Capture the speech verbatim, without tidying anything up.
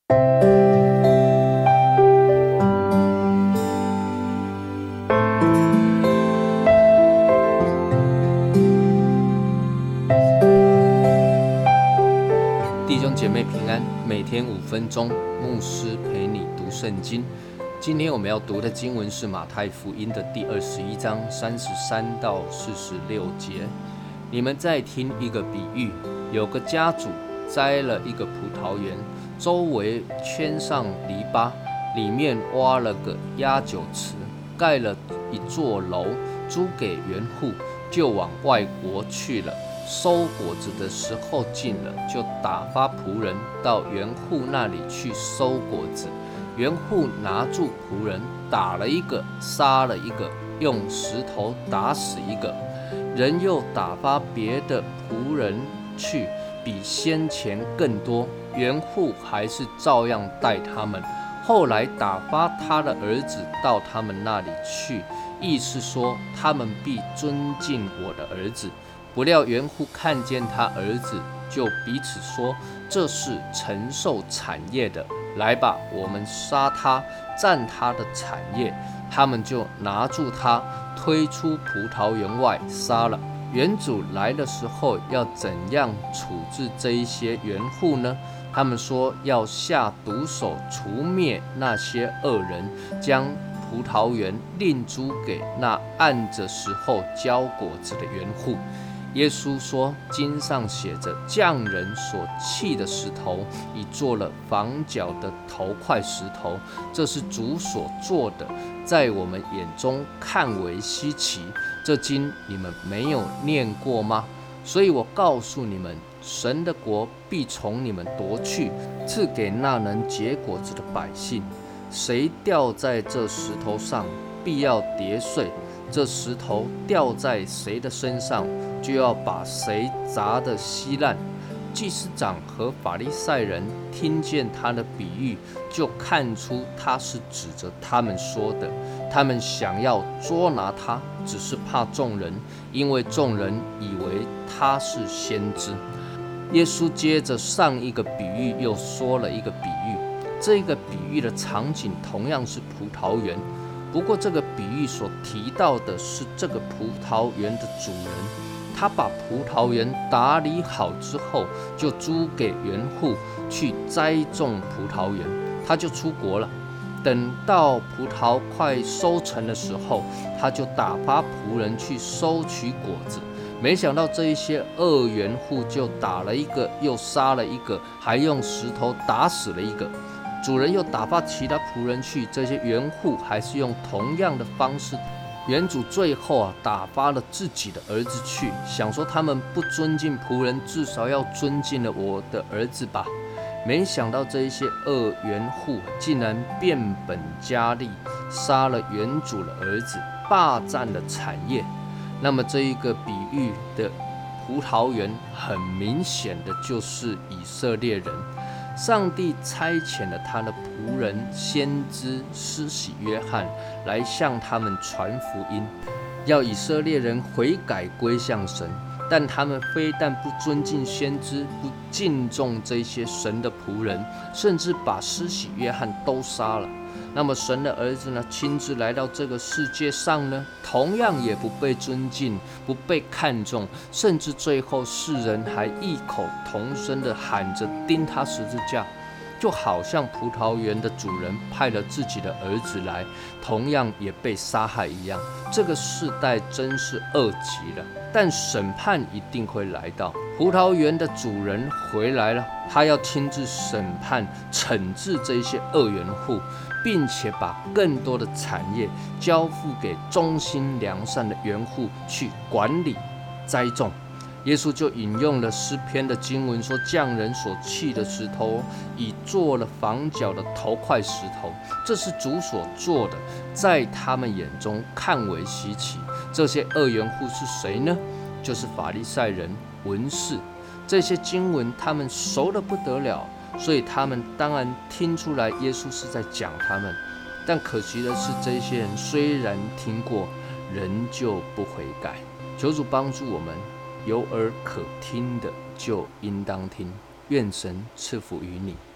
弟兄姐妹平安，每天五分钟，牧师陪你读圣经。今天我们要读的经文是马太福音的第二十一章三十三到四十六节。你们再听一个比喻，有个家主栽了一个葡萄园，周围圈上篱笆，里面挖了个压酒池，盖了一座楼，租给园户，就往外国去了。收果子的时候近了，就打发仆人到园户那里去收果子。园户拿住仆人，打了一个，杀了一个，用石头打死一个。人又打发别的仆人去，比先前更多，园户还是照样待他们。后来打发他的儿子到他们那里去，意思说他们必尊敬我的儿子。不料园户看见他儿子，就彼此说：这是承受产业的，来吧，我们杀他，占他的产业。他们就拿住他，推出葡萄园外，杀了。园主来的时候，要怎样处置这一些园户呢？他们说要下毒手，除灭那些恶人，将葡萄园另租给那按着时候交果子的园户。耶稣说，经上写着，匠人所弃的石头，已做了房角的头块石头，这是主所做的，在我们眼中看为稀奇。这经你们没有念过吗？所以我告诉你们，神的国必从你们夺去，赐给那能结果子的百姓。谁掉在这石头上，必要跌碎，这石头掉在谁的身上，就要把谁砸得稀烂。祭司长和法利赛人听见他的比喻，就看出他是指着他们说的。他们想要捉拿他，只是怕众人，因为众人以为他是先知。耶稣接着上一个比喻，又说了一个比喻。这个比喻的场景同样是葡萄园，不过这个比喻所提到的是这个葡萄园的主人，他把葡萄园打理好之后，就租给园户去栽种葡萄园，他就出国了。等到葡萄快收成的时候，他就打发仆人去收取果子。没想到这一些恶园户就打了一个，又杀了一个，还用石头打死了一个。主人又打发其他仆人去，这些园户还是用同样的方式。园主最后啊，打发了自己的儿子去，想说他们不尊敬仆人，至少要尊敬了我的儿子吧。没想到这一些恶园户竟然变本加厉，杀了园主的儿子，霸占了产业。那么这一个比喻的葡萄园，很明显的就是以色列人。上帝差遣了他的仆人先知施洗约翰来向他们传福音，要以色列人悔改归向神。但他们非但不尊敬先知，不敬重这些神的仆人，甚至把施洗约翰都杀了。那么神的儿子呢，亲自来到这个世界上呢，同样也不被尊敬，不被看重，甚至最后世人还异口同声地喊着钉他十字架，就好像葡萄园的主人派了自己的儿子来，同样也被杀害一样。这个世代真是恶极了，但审判一定会来到。葡萄园的主人回来了，他要亲自审判、惩治这些恶园户，并且把更多的产业交付给忠心良善的园户去管理、栽种。耶稣就引用了诗篇的经文说，匠人所弃的石头，已做了房角的头块石头，这是主所做的，在他们眼中看为稀奇。这些恶园户是谁呢？就是法利赛人、文士。这些经文他们熟得不得了，所以他们当然听出来耶稣是在讲他们。但可惜的是，这些人虽然听过，仍旧不悔改。求主帮助我们，有耳可听的就应当听，愿神赐福于你。